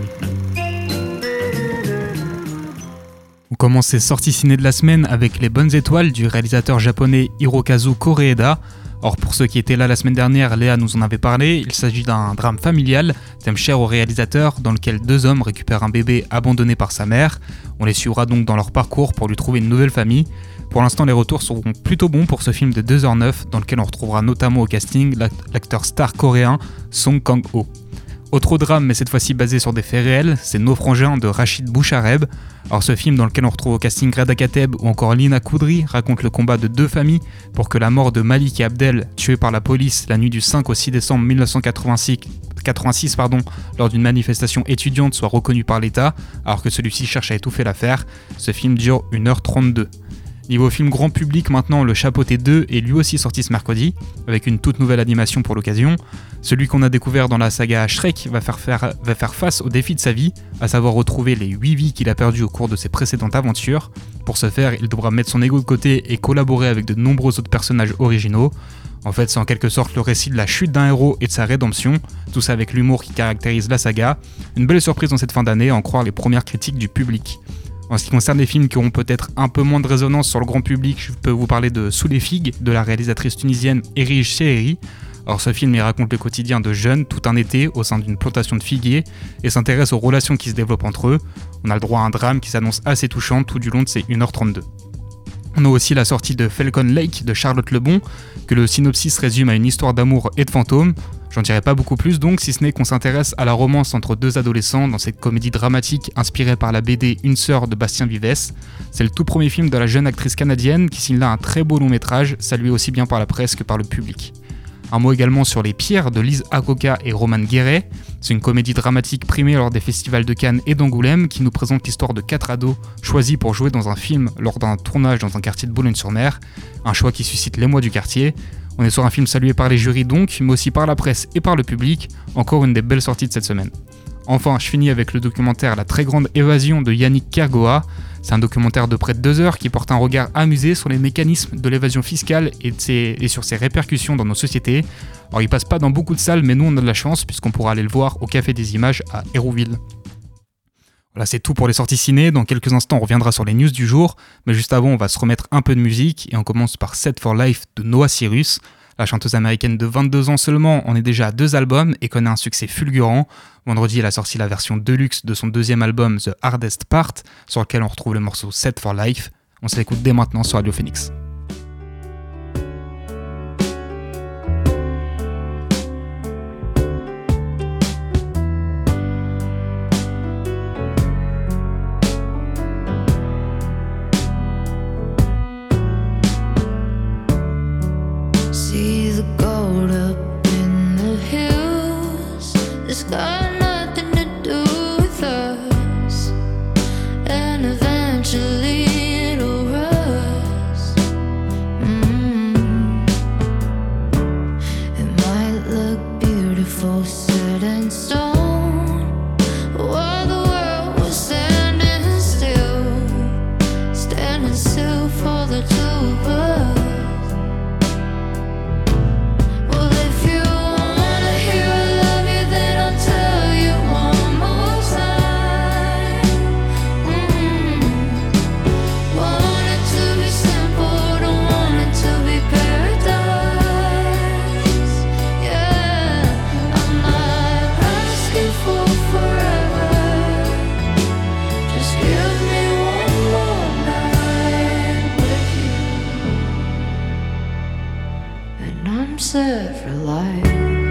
B: On commence ces sorties ciné de la semaine avec Les Bonnes Étoiles du réalisateur japonais Hirokazu Koreeda. Or pour ceux qui étaient là la semaine dernière, Léa nous en avait parlé, il s'agit d'un drame familial, thème cher au réalisateur, dans lequel deux hommes récupèrent un bébé abandonné par sa mère. On les suivra donc dans leur parcours pour lui trouver une nouvelle famille. Pour l'instant, les retours seront plutôt bons pour ce film de 2h09, dans lequel on retrouvera notamment au casting l'acteur star coréen Song Kang-ho. Autre drame, mais cette fois-ci basé sur des faits réels, c'est Nos frangins de Rachid Bouchareb. Alors ce film dans lequel on retrouve au casting Reda Kateb ou encore Lina Koudry raconte le combat de deux familles pour que la mort de Malik et Abdel, tués par la police la nuit du 5 au 6 décembre 1986 lors d'une manifestation étudiante, soit reconnue par l'État, alors que celui-ci cherche à étouffer l'affaire. Ce film dure 1h32. Niveau film grand public maintenant, Le Chapeauté 2 est lui aussi sorti ce mercredi, avec une toute nouvelle animation pour l'occasion. Celui qu'on a découvert dans la saga Shrek va faire face au défi de sa vie, à savoir retrouver les 8 vies qu'il a perdues au cours de ses précédentes aventures. Pour ce faire, il devra mettre son ego de côté et collaborer avec de nombreux autres personnages originaux. En fait, c'est en quelque sorte le récit de la chute d'un héros et de sa rédemption, tout ça avec l'humour qui caractérise la saga. Une belle surprise dans cette fin d'année, à en croire les premières critiques du public. En ce qui concerne les films qui auront peut-être un peu moins de résonance sur le grand public, je peux vous parler de Sous les figues, de la réalisatrice tunisienne Erige Cheheri. Alors ce film il raconte le quotidien de jeunes tout un été au sein d'une plantation de figuiers et s'intéresse aux relations qui se développent entre eux. On a le droit à un drame qui s'annonce assez touchant tout du long de ces 1h32. On a aussi la sortie de Falcon Lake de Charlotte Lebon, que le synopsis résume à une histoire d'amour et de fantômes. J'en dirai pas beaucoup plus donc, si ce n'est qu'on s'intéresse à la romance entre deux adolescents dans cette comédie dramatique inspirée par la BD Une sœur de Bastien Vives. C'est le tout premier film de la jeune actrice canadienne qui signe là un très beau long métrage, salué aussi bien par la presse que par le public. Un mot également sur Les Pierres de Lise Akoka et Roman Guéret. C'est une comédie dramatique primée lors des festivals de Cannes et d'Angoulême qui nous présente l'histoire de 4 ados choisis pour jouer dans un film lors d'un tournage dans un quartier de Boulogne-sur-Mer. Un choix qui suscite l'émoi du quartier. On est sur un film salué par les jurys donc, mais aussi par la presse et par le public. Encore une des belles sorties de cette semaine. Enfin, je finis avec le documentaire La très grande évasion de Yannick Kergoa. C'est un documentaire de près de 2 heures qui porte un regard amusé sur les mécanismes de l'évasion fiscale et sur ses répercussions dans nos sociétés. Alors il passe pas dans beaucoup de salles, mais nous on a de la chance puisqu'on pourra aller le voir au Café des Images à Hérouville. Voilà, c'est tout pour les sorties ciné. Dans quelques instants, on reviendra sur les news du jour. Mais juste avant, on va se remettre un peu de musique et on commence par Set for Life de Noah Cyrus. La chanteuse américaine de 22 ans seulement en est déjà à 2 albums et connaît un succès fulgurant. Vendredi, elle a sorti la version deluxe de son 2e album The Hardest Part, sur lequel on retrouve le morceau Set for Life. On se l'écoute dès maintenant sur Radio Phoenix.
H: Got nothing to do with us, and eventually it'll rust. It might look beautiful, set in stone, while the world was standing still for the two of us. Set for life.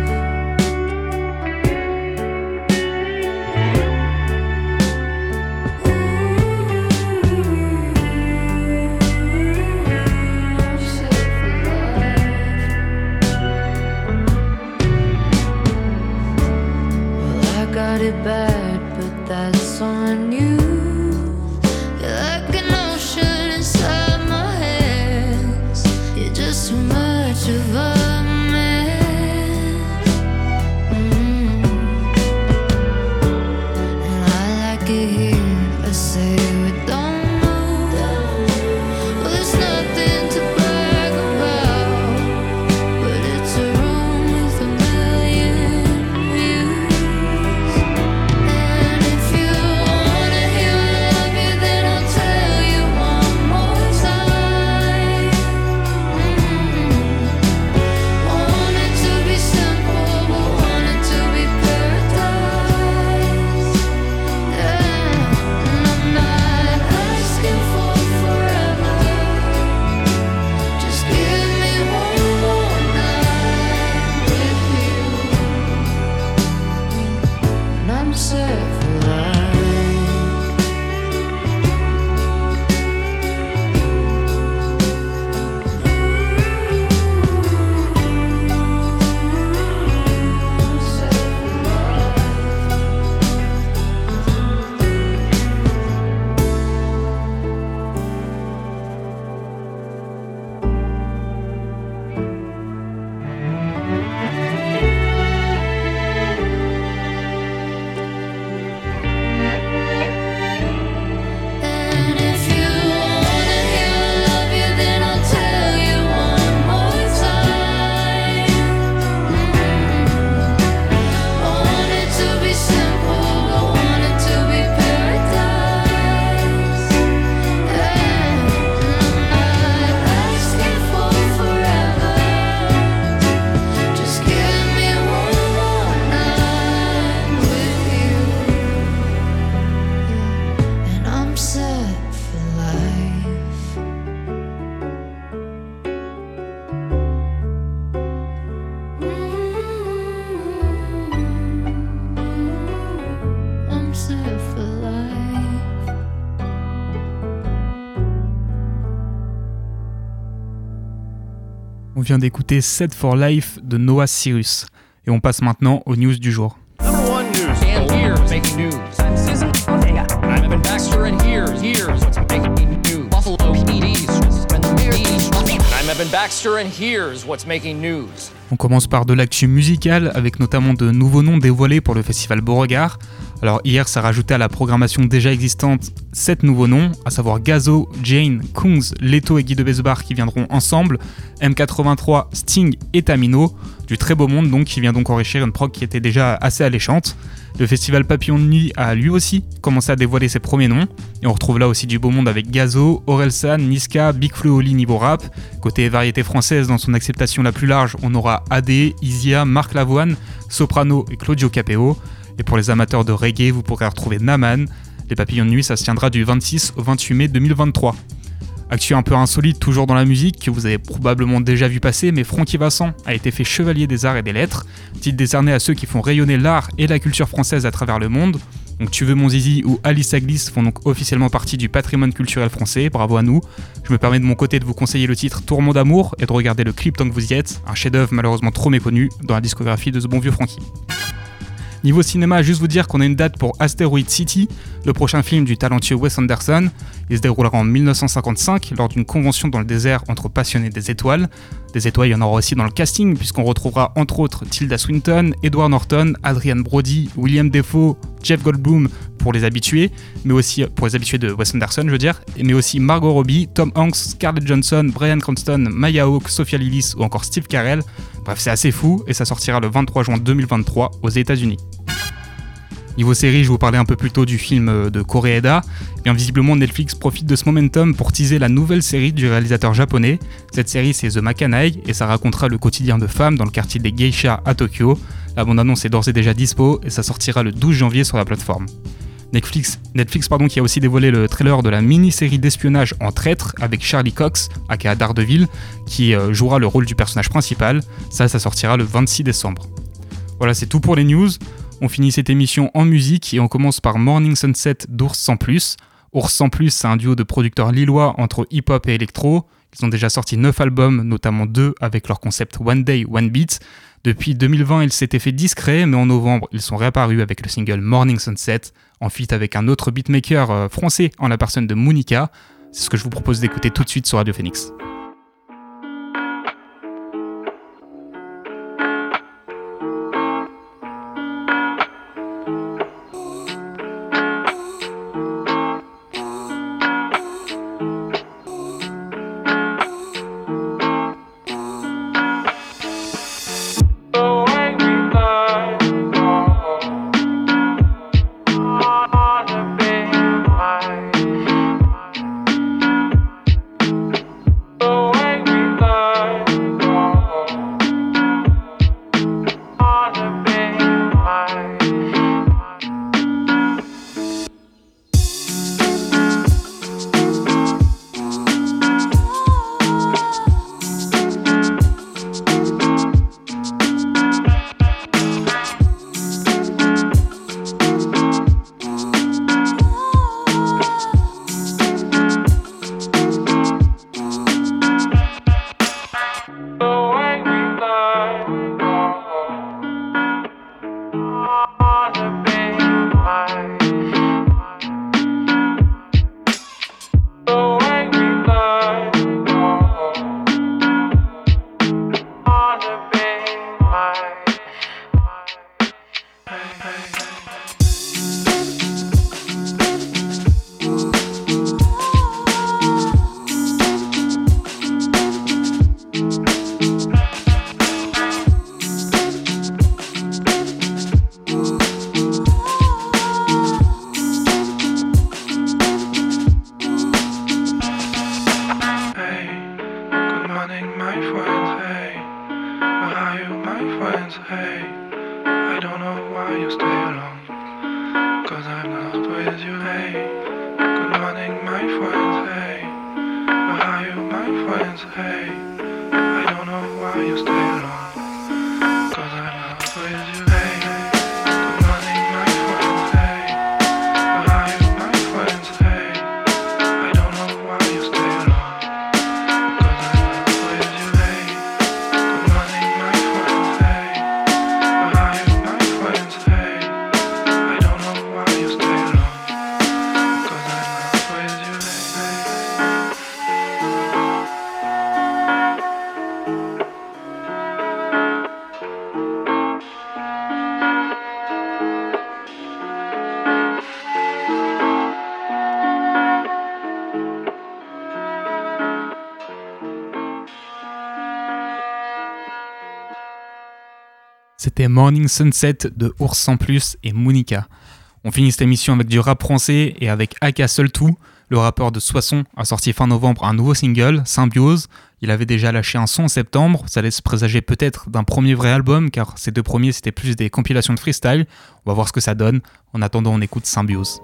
H: Got it bad, but that's on you. You're like an ocean inside my hands. You're just too much of a man.
B: On vient d'écouter Set for Life de Noah Cyrus. Et on passe maintenant aux news du jour.
I: Number one news. And here's making news. I'm Susan Ortega. I'm Evan Baxter, and here's what's making news. Buffalo PD's. I'm Evan Baxter, and here's what's making news.
B: On commence par de l'actu musicale, avec notamment de nouveaux noms dévoilés pour le festival Beauregard. Alors hier, ça rajoutait à la programmation déjà existante 7 nouveaux noms, à savoir Gazo, Jane, Kungs, Leto et Guy de Besbar qui viendront ensemble, M83, Sting et Tamino, du très beau monde donc qui vient donc enrichir une prog qui était déjà assez alléchante. Le festival Papillon de Nuit a lui aussi commencé à dévoiler ses premiers noms, et on retrouve là aussi du beau monde avec Gazo, Orelsan, Niska, Big Flo et Oli niveau rap. Côté variété française, dans son acceptation la plus large, on aura AD, Isia, Marc Lavoine, Soprano et Claudio Capeo. Et pour les amateurs de reggae, vous pourrez retrouver Naman. Les Papillons de Nuit, ça se tiendra du 26 au 28 mai 2023. Actu un peu insolite, toujours dans la musique, que vous avez probablement déjà vu passer, mais Francky Vincent a été fait chevalier des arts et des lettres, titre décerné à ceux qui font rayonner l'art et la culture française à travers le monde. Donc Tu veux mon zizi ou Alice Aglis font donc officiellement partie du patrimoine culturel français, bravo à nous. Je me permets de mon côté de vous conseiller le titre Tourment d'amour et de regarder le clip tant que vous y êtes, un chef-d'œuvre malheureusement trop méconnu dans la discographie de ce bon vieux Francky. Niveau cinéma, juste vous dire qu'on a une date pour Asteroid City, le prochain film du talentueux Wes Anderson. Il se déroulera en 1955 lors d'une convention dans le désert entre passionnés des étoiles. Des étoiles, il y en aura aussi dans le casting puisqu'on retrouvera entre autres Tilda Swinton, Edward Norton, Adrian Brody, William Dafoe, Jeff Goldblum pour les habitués, mais aussi pour les habitués de Wes Anderson, je veux dire, mais aussi Margot Robbie, Tom Hanks, Scarlett Johansson, Bryan Cranston, Maya Hawke, Sophia Lillis ou encore Steve Carell. Bref, c'est assez fou et ça sortira le 23 juin 2023 aux États-Unis. Niveau série, je vous parlais un peu plus tôt du film de Koreeda. Bien visiblement, Netflix profite de ce momentum pour teaser la nouvelle série du réalisateur japonais. Cette série, c'est The Makanai et ça racontera le quotidien de femmes dans le quartier des geishas à Tokyo. La bande-annonce est d'ores et déjà dispo et ça sortira le 12 janvier sur la plateforme. Netflix qui a aussi dévoilé le trailer de la mini-série d'espionnage en traître avec Charlie Cox, aka Daredevil, qui jouera le rôle du personnage principal. Ça sortira le 26 décembre. Voilà, c'est tout pour les news. On finit cette émission en musique et on commence par Morning Sunset d'Ours Sans Plus. Ours Sans Plus, c'est un duo de producteurs lillois entre hip-hop et électro. Ils ont déjà sorti 9 albums, notamment 2 avec leur concept One Day, One Beat. Depuis 2020, ils s'étaient fait discrets, mais en novembre, ils sont réapparus avec le single Morning Sunset, en feat avec un autre beatmaker français en la personne de Monica. C'est ce que je vous propose d'écouter tout de suite sur Radio Phoenix. C'était Morning Sunset de Ours Sans Plus et Monica. On finit cette émission avec du rap français et avec Aka Seul Tout. Le rappeur de Soissons a sorti fin novembre un nouveau single, Symbiose. Il avait déjà lâché un son en septembre, ça laisse présager peut-être d'un premier vrai album, car ces deux premiers c'était plus des compilations de freestyle. On va voir ce que ça donne. En attendant, on écoute Symbiose.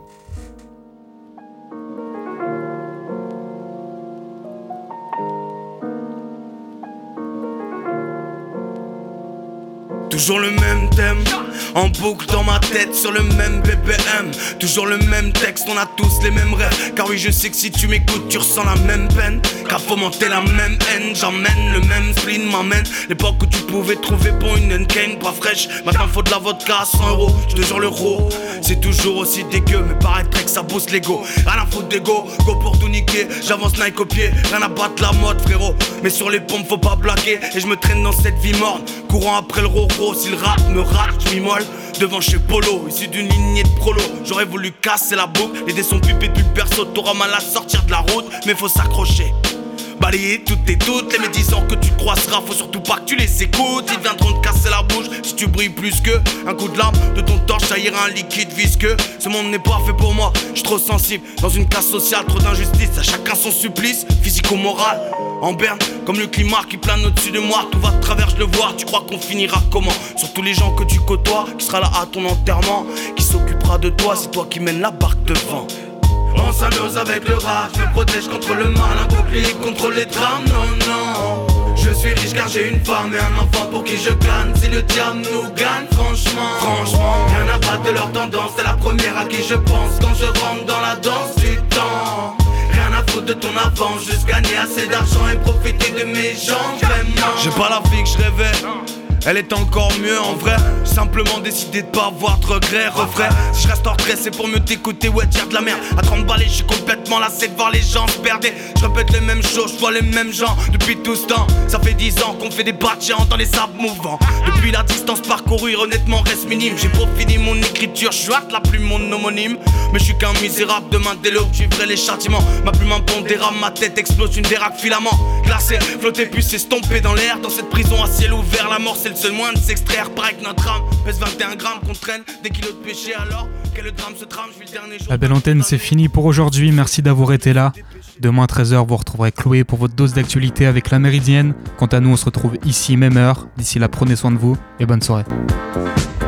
J: Toujours le même thème, en boucle dans ma tête sur le même BPM. Toujours le même texte, on a tous les mêmes rêves. Car oui je sais que si tu m'écoutes tu ressens la même peine. Qu'à fomenter la même haine, j'emmène le même spleen m'emmène. L'époque où tu pouvais trouver pour une N-Cane pas fraîche. Maintenant faut de la vodka à 100€, je te jure l'euro. C'est toujours aussi dégueu, mais paraîtrait que ça booste l'ego. Rien à foutre d'ego, go pour tout niquer. J'avance Nike au pied, rien à battre la mode frérot. Mais sur les pompes faut pas blaguer. Et je me traîne dans cette vie morne, courant après le roro. Si le rap me rate, je m'immole devant chez Polo, issu d'une lignée de prolo. J'aurais voulu casser la boucle, les dés sont pipés depuis perso. T'auras mal à sortir de la route, mais faut s'accrocher. Balayer toutes les médisants que tu croiseras. Faut surtout pas que tu les écoutes, ils viendront te casser la bouche. Si tu brilles plus que un coup de lame de ton torche jaillira un liquide visqueux. Ce monde n'est pas fait pour moi, je suis trop sensible. Dans une classe sociale, trop d'injustice, à chacun son supplice. Physico-moral, en berne, comme le climat qui plane au-dessus de moi. Tout va de travers, je le vois, tu crois qu'on finira comment? Sur tous les gens que tu côtoies, qui sera là à ton enterrement, qui s'occupera de toi, c'est toi qui mène la barque devant. On s'amuse avec le rap, je me protège contre le mal, un bouclier contre les drames, non, non. Je suis riche car j'ai une femme et un enfant pour qui je gagne. Si le diable nous gagne, franchement, rien à battre de leur tendance, c'est la première à qui je pense quand je rentre dans la danse du temps. Rien à foutre de ton avance, juste gagner assez d'argent et profiter de mes gens, vraiment. J'ai pas la vie que je rêvais, elle est encore mieux en vrai. J'ai simplement décidé de pas avoir de regrets. Refrais, si je reste en retrait c'est pour mieux t'écouter. Ouais dire de la merde, à 30 balais je suis complètement lassé de voir les gens se perdre. Je répète les mêmes choses, je vois les mêmes gens depuis tout ce temps. Ça fait 10 ans qu'on fait des battes géants dans les sables mouvants. Depuis la distance parcourue honnêtement reste minime. J'ai pas fini mon écriture, je suis hâte la plume mon homonyme. Mais je suis qu'un misérable, demain dès l'aube je vivrai les châtiments. Ma plume impondérable, ma tête explose une déraque filament. Glacé, flotter puis s'estomper dans l'air. Dans cette prison à ciel ouvert, la mort c'est le seul moyen de s'extraire. Pareil que notre âme pèse 21 grammes qu'on traîne des kilos de péché. Alors quel drame se trame, je vis le dernier jour.
B: La belle antenne, c'est fini pour aujourd'hui, merci d'avoir été là. Demain à 13h, vous retrouverez Chloé pour votre dose d'actualité avec La Méridienne. Quant à nous, on se retrouve ici, même heure. D'ici là, prenez soin de vous et bonne soirée.